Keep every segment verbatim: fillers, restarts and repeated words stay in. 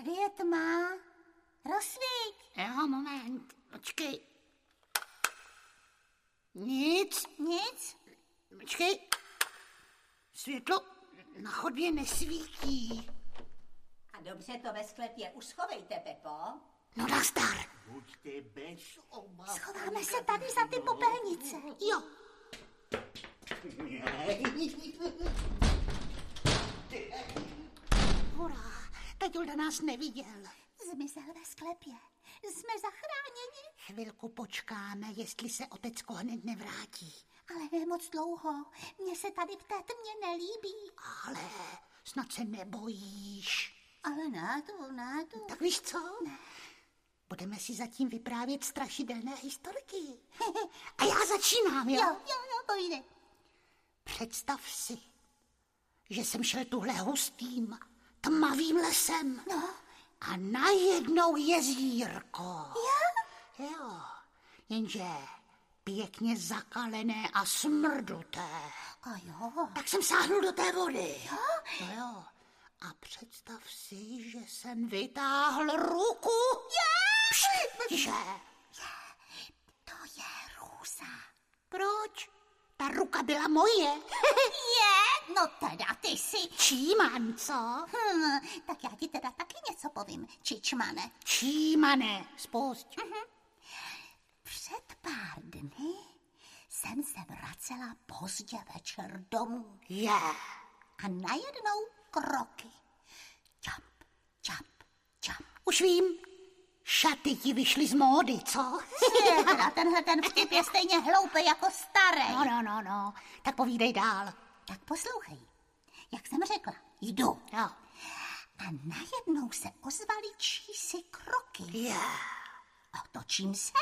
Tady je tma. Rozsvíť. Jo, moment. Počkej. Nic. Nic? Počkej. Světlo na chodbě nesvítí. A dobře, to ve sklepě už schovejte, Pepo. No nazdar. Buďte bez obav. Schováme se tady za ty popelnice. Jo. Hurá, taťulda nás neviděl. Zmizel ve sklepě. Jsme zachráněni. Chvilku počkáme, jestli se otecko hned nevrátí. Ale ne moc dlouho. Mně se tady v té tmě nelíbí. Ale snad se nebojíš. Ale ne to, ne to. Tak víš co? Ne. Budeme si zatím vyprávět strašidelné historky. A já začínám, jo? Jo, jo, jo, pojde. Představ si, že jsem šel tuhle hustým, tmavým lesem. No. A najednou jezírko. Jo? Jo, jenže pěkně zakalené a smrduté. A jo. Tak jsem sáhnul do té vody. Jo? No jo. A představ si, že jsem vytáhl ruku. Jo! Tiše. To je Růza. Proč? Ta ruka byla moje. Je? No teda ty si. Číman, co? Hm, tak já ti teda taky něco povím, čičmane. Čímane, spust. Uh-huh. Před pár dny jsem se vracela pozdě večer domů. Je. Yeah. A najednou kroky. Čap, čap, čap. Už vím. Šaty ti vyšly z módy, co? Je, teda tenhle ten vtip je stejně hloupý jako starý. No, no, no, no. Tak povídej dál. Tak poslouchej. Jak jsem řekla, jdu. Jo. A najednou se ozvaly čísi kroky. Yeah. Otočím se.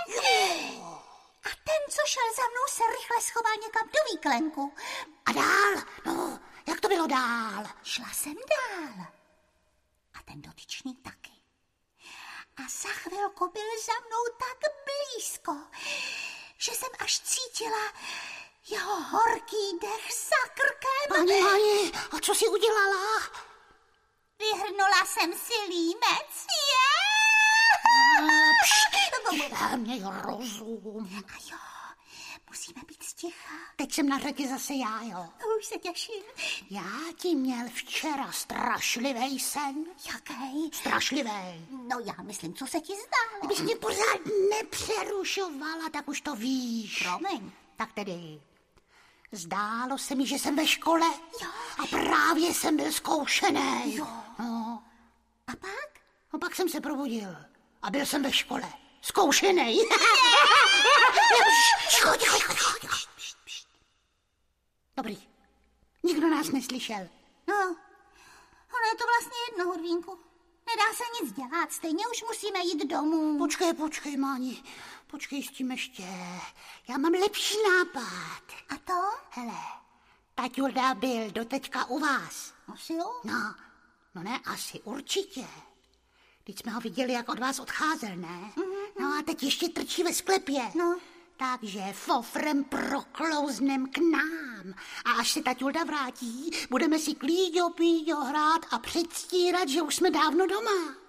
A ten, co šel za mnou, se rychle schoval někam do výklenku. A dál? No, jak to bylo dál? Šla jsem dál. A ten dotyčný taky. A za chvilku byl za mnou tak blízko, že jsem až cítila jeho horký dech za krkem. Pani, pani, a co jsi udělala? Vyhrnula jsem si límec. Je! Pšt, měj rozum. A jo, musíme být sticha. Teď jsem na řadě zase já, jo. Už se těším. Já ti měl včera strašlivej sen. Jaký? Strašlivej. No já myslím, co se ti zdálo. Kdybys mě pořád nepřerušovala, tak už to víš. Promiň. Tak tedy, zdálo se mi, že jsem ve škole. Jo. A právě jsem byl zkoušený. Jo. No. A pak? No pak jsem se probudil a byl jsem ve škole. Zkoušený. Dobrý. Nikdo nás neslyšel. No, ono je to vlastně jedno, Hurvínku. Nedá se nic dělat, stejně už musíme jít domů. Počkej, počkej, Máni. Počkej s tím ještě. Já mám lepší nápad. A to? Hele, taťulda byl doteďka u vás. Asi jo. No, no ne, asi určitě. Teď jsme ho viděli, jak od vás odcházel, ne? Mm-hmm. No a teď ještě trčí ve sklepě. No. Takže fofrem proklouznem k nám. A až se taťulda vrátí, budeme si klíďo píďo hrát a předstírat, že už jsme dávno doma.